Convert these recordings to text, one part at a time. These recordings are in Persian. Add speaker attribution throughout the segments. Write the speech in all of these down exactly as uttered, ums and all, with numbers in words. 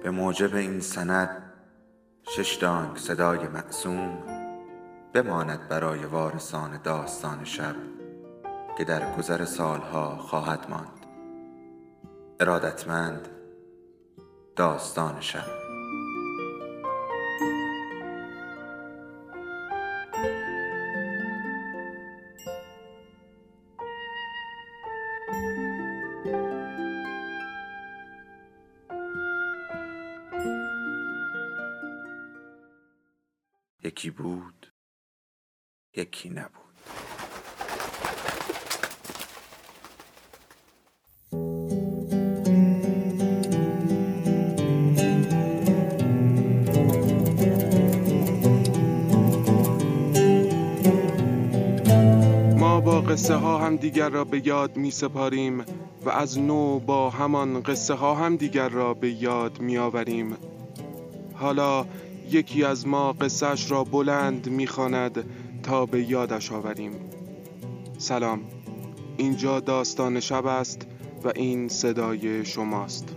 Speaker 1: به موجب این سند شش دانگ صدای معصوم بماند برای وارثان داستان شب که در گذر سالها خواهد ماند. ارادتمند، داستان شب. یکی بود، یکی نبود.
Speaker 2: ما با قصه ها هم دیگر را به یاد می سپاریم و از نو با همان قصه ها هم دیگر را به یاد می آوریم. حالا یکی از ما قصهش را بلند می‌خواند تا به یادش آوریم. سلام، اینجا داستان شب است و این صدای شماست.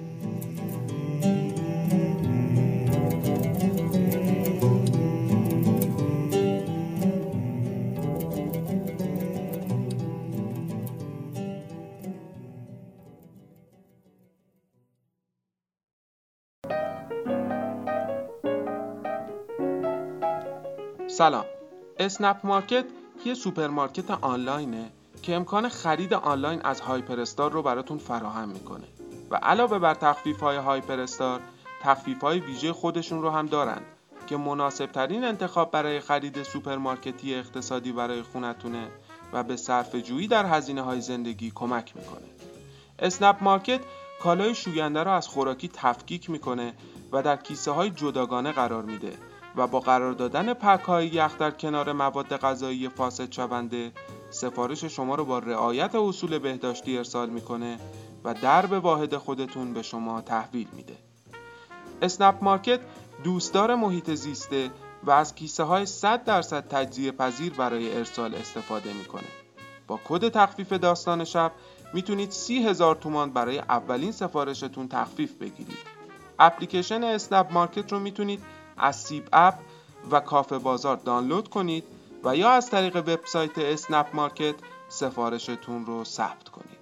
Speaker 3: سلام. اسنپ مارکت یه سوپرمارکت آنلاینه که امکان خرید آنلاین از هایپر استار رو براتون فراهم میکنه و علاوه بر تخفیف‌های هایپر استار، تخفیف‌های ویژه خودشون رو هم دارن که مناسب ترین انتخاب برای خرید سوپرمارکتی اقتصادی برای خونتونه و به صرفه‌جویی در هزینه‌های زندگی کمک میکنه. اسنپ مارکت کالای شوینده رو از خوراکی تفکیک میکنه و در کیسه‌های جداگانه قرار میده و با قرار دادن پک‌های یخ در کنار مواد غذایی فاسد شونده سفارش شما رو با رعایت اصول بهداشتی ارسال میکنه و درب واحد خودتون به شما تحویل میده. اسنپ مارکت دوستدار محیط زیسته و از کیسه های صد درصد تجزیه پذیر برای ارسال استفاده میکنه. با کد تخفیف داستان شب میتونید سی هزار تومان برای اولین سفارشتون تخفیف بگیرید. اپلیکیشن اسنپ مارکت رو میتونید از سیب اپ و کافه بازار دانلود کنید و یا از طریق وبسایت اسنپ مارکت سفارشتون رو ثبت کنید.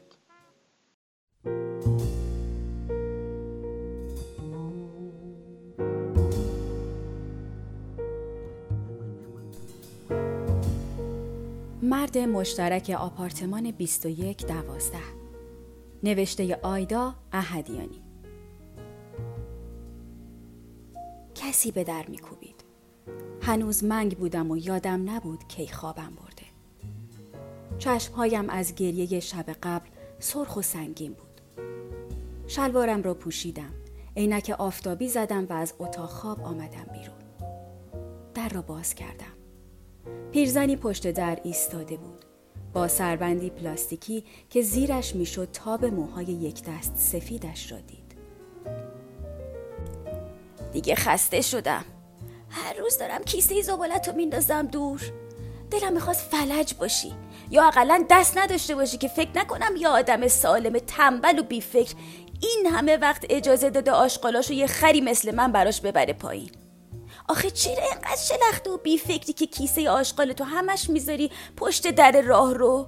Speaker 4: مرد مشترک آپارتمان بیست و یک دوازده. نوشته آیدا احدیانی. کسی به در میکوبید. هنوز منگ بودم و یادم نبود کی خوابم برده. چشمهایم از گریه شب قبل سرخ و سنگین بود. شلوارم را پوشیدم، عینک آفتابی زدم و از اتاق خواب آمدم بیرون. در را باز کردم. پیرزنی پشت در ایستاده بود، با سربندی پلاستیکی که زیرش میشد تاب موهای یک دست سفیدش را دید. دیگه خسته شدم. هر روز دارم کیسه زبالت رو میندازم دور. دلم میخواست فلج باشی یا اقلا دست نداشته باشی که فکر نکنم یه آدم سالم تنبل و بی فکر این همه وقت اجازه داده آشغالاشو یه خری مثل من براش ببره پایین. آخه چرا اینقدر شلخته و بی فکری که کیسه آشغالتو همش میذاری پشت در راه رو؟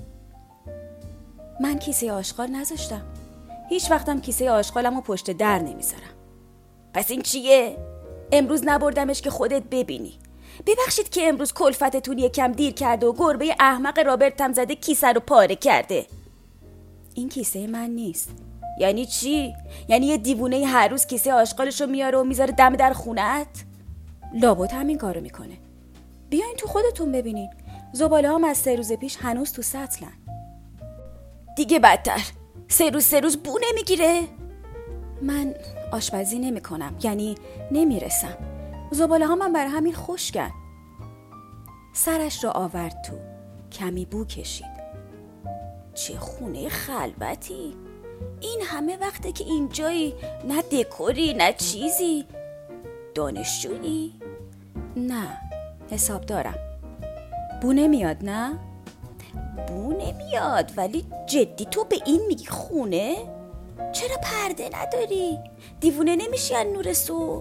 Speaker 4: من کیسه آشغال نذاشتم. هیچ وقتم کیسه آشغالمو پشت در نمیذارم. پس این چیه؟ امروز نبردمش که خودت ببینی. ببخشید که امروز کلفتتون یکم دیر کرده و گربه احمق رابرتم زده کیسه رو پاره کرده. این کیسه من نیست. یعنی چی؟ یعنی یه دیوونه هر روز کیسه آشغالشو میاره و میذاره دم در خونت؟ لابد همین کارو میکنه. بیاین تو خودتون ببینین. زباله هم از سه روز پیش هنوز تو سطلن. دیگه بدتر. سه روز سه روز بو نمیگیره؟ من آشپزی نمی کنم، یعنی نمیرسم. زباله ها من برای همین خشکن. سرش را آورد تو، کمی بو کشید. چه خونه خلوتی. این همه وقته که اینجایی، نه دکوری نه چیزی. دانشجویی؟ نه، حساب دارم. بو نمیاد نه؟ بو نمیاد، ولی جدی تو به این میگی خونه؟ چرا پرده نداری؟ دیوونه نمیشی از نور صبح؟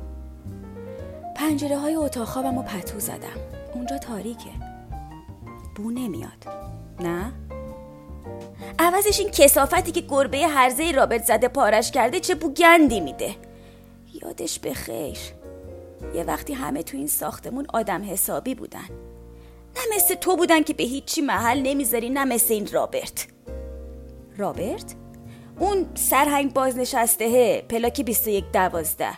Speaker 4: پنجره های اتاق خوابم رو پتو زدم. اونجا تاریکه، بو نمیاد. نه؟ عوضش این کثافتی که گربه هرزه رابرت زده پارش کرده چه بو گندی میده. یادش بخیر یه وقتی همه تو این ساختمون آدم حسابی بودن، نه مثل تو بودن که به هیچی محل نمیذاری، نه مثل این رابرت. رابرت؟ اون سرهنگ بازنشسته پلاکی بیست و یک دوازده.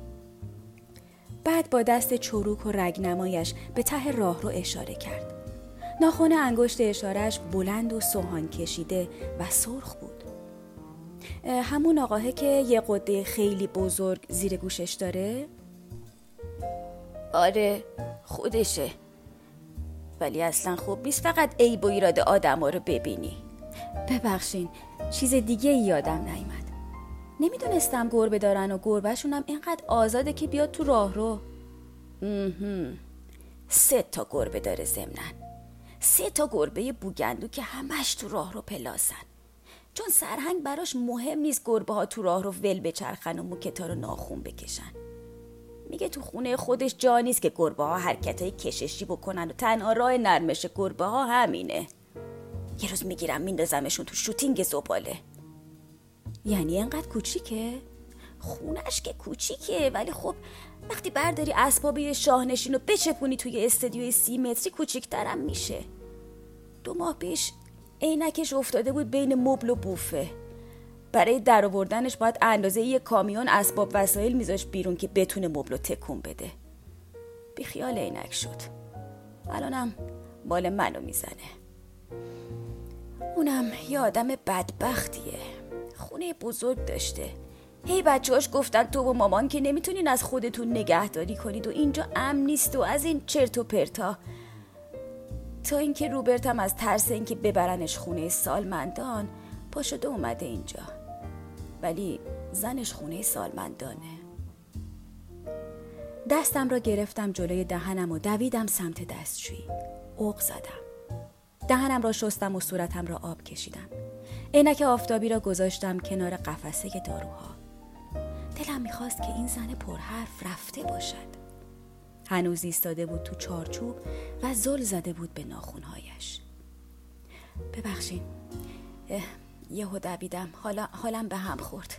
Speaker 4: بعد با دست چروک و رگنمایش به ته راه رو اشاره کرد. ناخن انگشت اشارهش بلند و سوهان کشیده و سرخ بود. همون آقاهه که یه قده خیلی بزرگ زیر گوشش داره؟ آره خودشه، ولی اصلا خوب نیست فقط عیب و ایراد آدم ها رو ببینی. ببخشین چیز دیگه یادم نیامد. نمیدونستم گربه دارن و گربهشون هم اینقدر آزاده که بیاد تو راه رو. سه تا گربه داره ضمنن، سه تا گربه بوگندو که همش تو راه رو پلاسن، چون سرهنگ براش مهم نیست گربه ها تو راه رو ول بچرخن و موکتا رو ناخون بکشن. میگه تو خونه خودش جا نیست که گربه ها حرکتای کششی بکنن و تنها راه نرمش گربه ها همینه. یه روز میگیرم میندازمشون تو شوتینگ زباله. یعنی اینقدر کوچیکه؟ خونش که کوچیکه، ولی خب وقتی برداری اسباب یه شاهنشین رو بچپونی توی استدیوی سی متری کوچیکترم میشه. دو ماه پیش عینکش افتاده بود بین مبل و بوفه. برای در آوردنش باید اندازه یه کامیون اسباب وسایل میذاش بیرون که بتونه مبل رو تکون بده. بی خیال عینک شد. الانم بال منو میزنه. اونم یه آدم بدبختیه. خونه بزرگ داشته. هی بچه‌هاش گفتن تو و مامان که نمیتونین از خودتون نگهداری کنید و اینجا امن نیست و از این چرت و پرتا. تا اینکه روبرت هم از ترس اینکه ببرنش خونه سالمندان پا شده اومده اینجا. ولی زنش خونه سالمندانه. دستم را گرفتم جلوی دهنم و دویدم سمت دستشویی. اوق زدم. دهنم را شستم و صورتم را آب کشیدم. عینک آفتابی را گذاشتم کنار قفسه داروها. دلم میخواست که این زن پرحرف رفته باشد. هنوز ایستاده بود تو چارچوب و زل زده بود به ناخنهایش. ببخشید یهو دویدم، حالا حالم به هم خورد.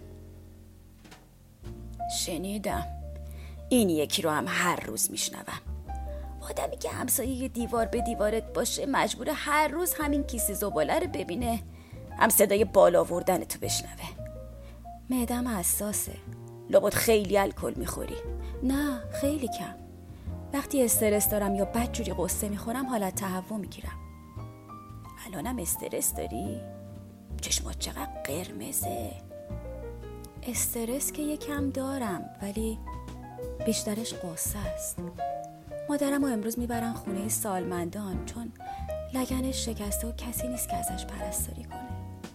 Speaker 4: شنیدم این یکی رو هم هر روز میشنوم. آدمی که همسایه دیوار به دیوارت باشه مجبور هر روز همین کیسه زباله رو ببینه، هم صدای بالا آوردن تو بشنوه. معدم حساسه. لابد خیلی الکل میخوری. نه خیلی کم. وقتی استرس دارم یا بدجوری قصه میخورم حالت تهوع میگیرم. الانم استرس داری؟ چشمات چقدر قرمزه. استرس که یکم دارم ولی بیشترش قصه است. مادرم رو امروز میبرن خونه سالمندان چون لگنش شکسته و کسی نیست که ازش پرستاری کنه.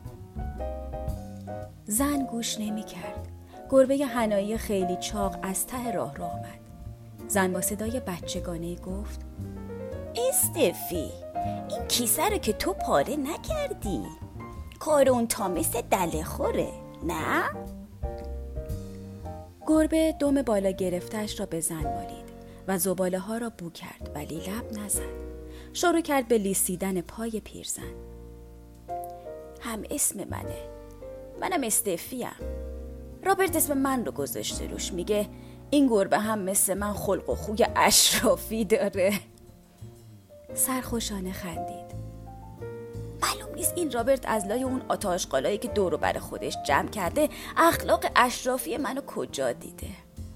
Speaker 4: زن گوش نمی کرد. گربه حنایی خیلی چاق از ته راه راه آمد. زن با صدای بچگانه گفت استفی، این کیسه رو که تو پاره نکردی، کار اون تامس دله خوره نه؟ گربه دم بالا گرفتش را به زن مالید و زباله ها را بو کرد ولی لب نزد. شروع کرد به لیسیدن پای پیرزن. هم اسم منه، منم استفیم. رابرت اسم من رو گذاشته روش. میگه این گربه هم مثل من خلق و خوی اشرافی داره. سرخوشانه خندید. معلوم نیست این رابرت از لای اون آتاشقالایی که دور و بر خودش جمع کرده اخلاق اشرافی منو کجا دیده.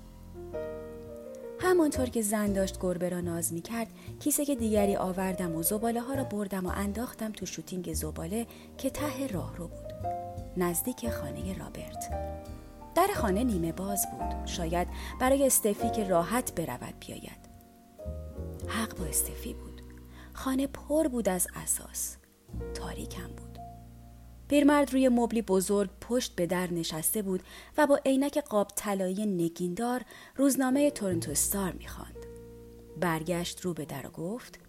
Speaker 4: همانطور که زن داشت گربه را ناز می کرد کیسه که دیگری آوردم و زباله ها را بردم و انداختم تو شوتینگ زباله که ته راه رو بود، نزدیک خانه رابرت. در خانه نیمه باز بود، شاید برای استفی که راحت برود بیاید. حق با استفی بود. خانه پر بود از اساس، تاریکم بود. پیرمرد روی مبلی بزرگ پشت به در نشسته بود و با عینک قاب طلایی نگیندار روزنامه تورنتو استار می‌خواند. برگشت رو به در و گفت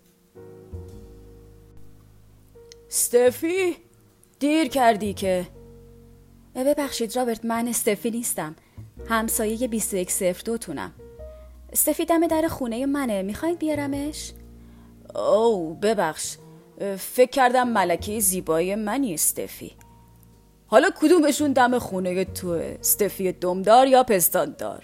Speaker 4: استفی، دیر کردی که. ببخشید رابرت، من استفی نیستم. همسایه بیست و یک صفر دو تونم. استفی دم در خونه منه، میخواید بیارمش؟ اوه ببخش، فکر کردم ملکه زیبای منی استفی. حالا کدومشون دم خونه توه؟ استفی دمدار یا پستاندار؟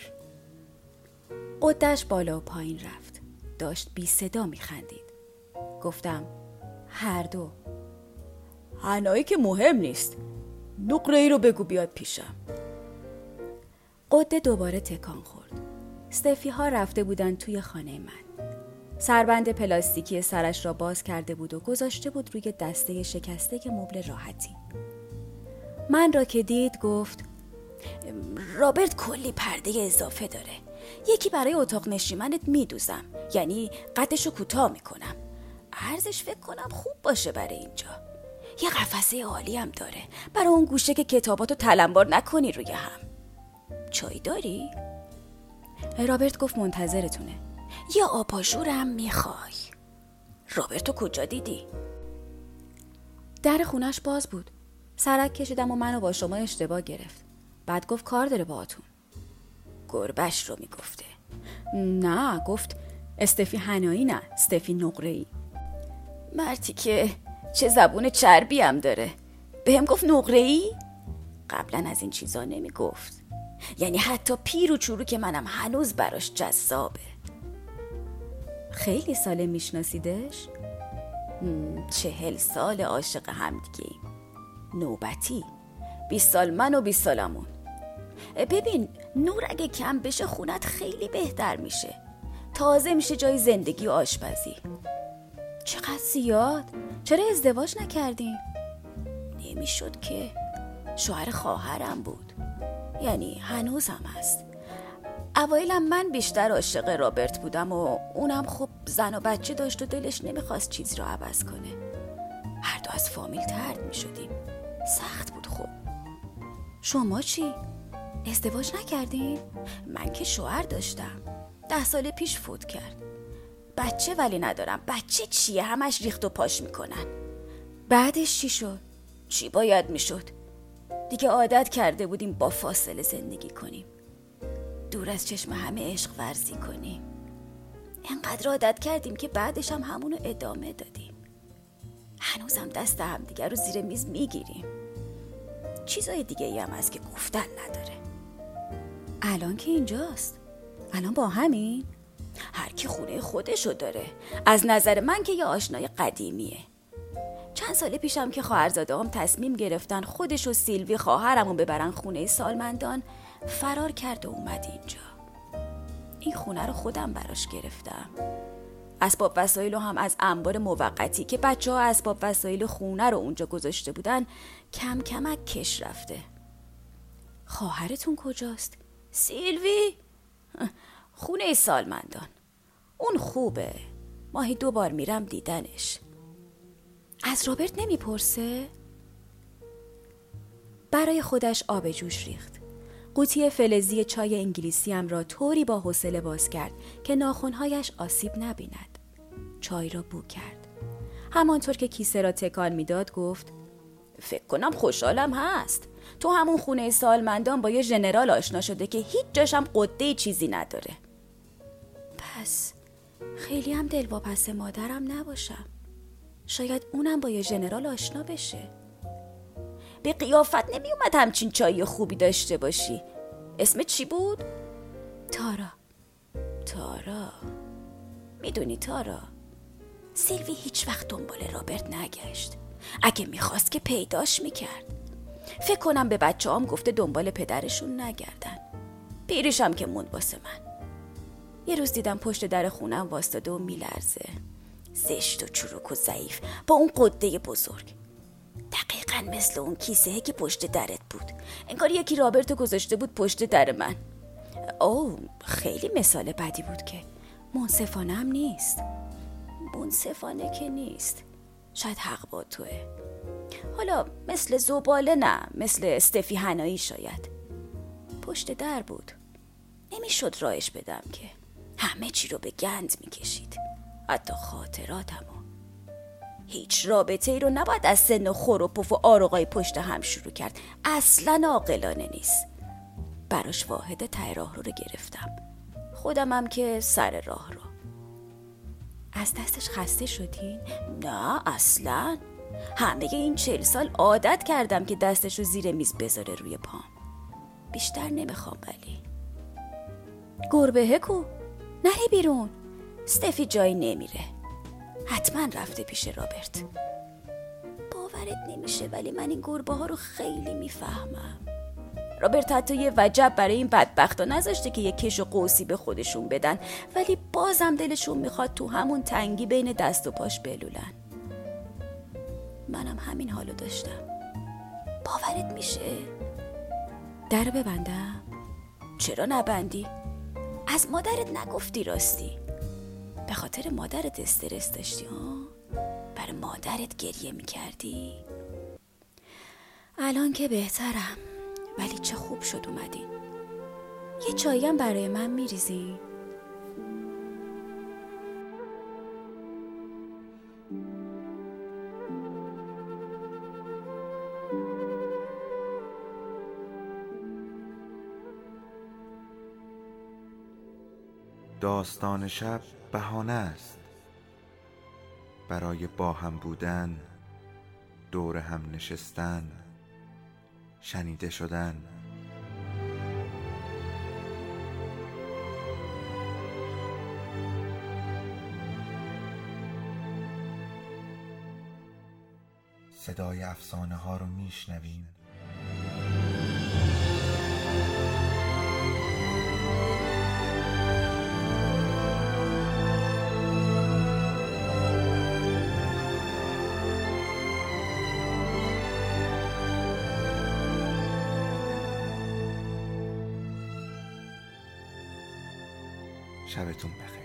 Speaker 4: قدش بالا و پایین رفت. داشت بی صدا میخندید. گفتم هر دو. هنایی که مهم نیست، نقره ای رو بگو بیاد پیشم. قده دوباره تکان خورد. استفی ها رفته بودن توی خانه من. سربند پلاستیکی سرش را باز کرده بود و گذاشته بود روی دسته شکسته مبل راحتی. من را که دید گفت رابرت کلی پرده اضافه داره. یکی برای اتاق نشیمنت میدوزم، یعنی قدشو کوتاه میکنم. ارزش فکر کنم خوب باشه برای اینجا. یه قفسه عالی هم داره برای اون گوشه که کتاباتو تلمبار نکنی روی هم. چای داری؟ رابرت گفت منتظرتونه. یه آباژورم میخوای؟ رابرتو کجا دیدی؟ در خونش باز بود. سرک کشیدم و منو با شما اشتباه گرفت. بعد گفت کار داره باهاتون. گربش رو میگفته. نه، گفت استفی هنایی، نه استفی نقره‌ای. مرتی که چه زبون چربی هم داره. بهم گفت نقره‌ای؟ قبلا از این چیزا نمیگفت. یعنی حتی پیر و چروک منم هنوز براش جذابه. خیلی ساله میشناسیدش؟ چهل سال عاشق هم دیگه. نوبتی. بیست سال من و بیست سالمون. ببین نور اگه کم بشه خونت خیلی بهتر میشه. تازه میشه جای زندگی و آشپزی. چقدر زیاد؟ چرا ازدواج نکردیم؟ نمیشد که. شوهر خواهرم بود، یعنی هنوز هم هست. اوایلم من بیشتر عاشق رابرت بودم و اونم خب زن و بچه داشت و دلش نمیخواست چیزی رو عوض کنه. هر دو از فامیل طرد میشدیم. سخت بود. خب شما چی؟ ازدواج نکردین؟ من که شوهر داشتم، ده سال پیش فوت کرد. بچه ولی ندارم. بچه چیه؟ همش ریخت و پاش میکنن. بعدش چی شد؟ چی باید میشد؟ دیگه عادت کرده بودیم با فاصله زندگی کنیم، دور از چشم همه عشق ورزی کنیم. انقدر عادت کردیم که بعدش هم همونو ادامه دادیم. هنوزم دست هم دیگر رو زیر میز میگیریم. چیزای دیگه ای هم هست که گفتن نداره. الان که اینجاست، الان با همین، هر کی خونه خودشو داره. از نظر من که یه آشنای قدیمیه. چند سال پیشم که خواهرزاده هم تصمیم گرفتن خودش و سیلوی خواهرمو ببرن خونه سالمندان، فرار کرد و اومد اینجا. این خونه رو خودم براش گرفتم. اسباب وسایلو هم از انبار موقتی که بچه ها اسباب وسایل خونه رو اونجا گذاشته بودن کم کمک کش رفته. خواهرتون کجاست؟ سیلوی؟ خونه سالمندان. اون خوبه، ماهی دو بار میرم دیدنش. از رابرت نمیپرسه؟ برای خودش آب جوش ریخت. قوطی فلزی چای انگلیسی هم را طوری با حوصله باز کرد که ناخن‌هایش آسیب نبیند. چای را بو کرد. همانطور که کیسه را تکان میداد گفت فکر کنم خوشحالم هست. تو همون خونه سالمندان با یه ژنرال آشنا شده که هیچ جاشم قده چیزی نداره. پس خیلی هم دلواپس مادرم نباشم. شاید اونم با یه ژنرال آشنا بشه. به قیافت نمی اومد همچین چای خوبی داشته باشی. اسم چی بود؟ تارا. تارا. میدونی تارا، سیلوی هیچ وقت دنبال رابرت نگشت. اگه میخواست که پیداش میکرد. فکر کنم به بچه هم گفته دنبال پدرشون نگردن. پیرشم که موند واسه من. یه روز دیدم پشت در خونم واسطاده و میلرزه. زشت و چروک و ضعیف با اون قده بزرگ. دقیقاً مثل اون کیسه که پشت درت بود. انگار یکی رابرتو گذاشته بود پشت در من. اوه خیلی مثال بدی بود که منصفانه هم نیست. منصفانه که نیست. شاید حق با توه. حالا مثل زباله نه، مثل استفی هنایی شاید. پشت در بود. نمیشد راهش بدم که. همه چی رو به گند میکشید. حتی خاطراتمو. هیچ رابطه ای رو نباید از سن خور و پف و آرقای پشت هم شروع کرد. اصلا عاقلانه نیست. براش واحد ته راه رو رو گرفتم، خودمم که سر راه رو. از دستش خسته شدین؟ نه اصلا. همه این چهل سال عادت کردم که دستش رو زیر میز بذاره روی پام. بیشتر نمیخوام. ولی گربه کو؟ نری بیرون. استفی جایی نمیره. حتما رفته پیش رابرت. باورت نمیشه ولی من این گربه ها رو خیلی میفهمم. رابرت حتی یه وجب برای این بدبختا نذاشته که یه کش و قوسی به خودشون بدن، ولی بازم دلشون میخواد تو همون تنگی بین دست و پاش بلولن. منم همین حالو داشتم. باورت میشه؟ در ببندم؟ چرا نبندی؟ از مادرت نگفتی راستی؟ به خاطر مادرت استرس داشتی ها؟ برای مادرت گریه میکردی؟ الان که بهترم، ولی چه خوب شد اومدین. یه چایی هم برای من میریزی؟
Speaker 1: داستان شب بهانه است برای با هم بودن، دور هم نشستن، شنیده شدن. صدای افسانه ها رو میشنویم. شبتون بخیر.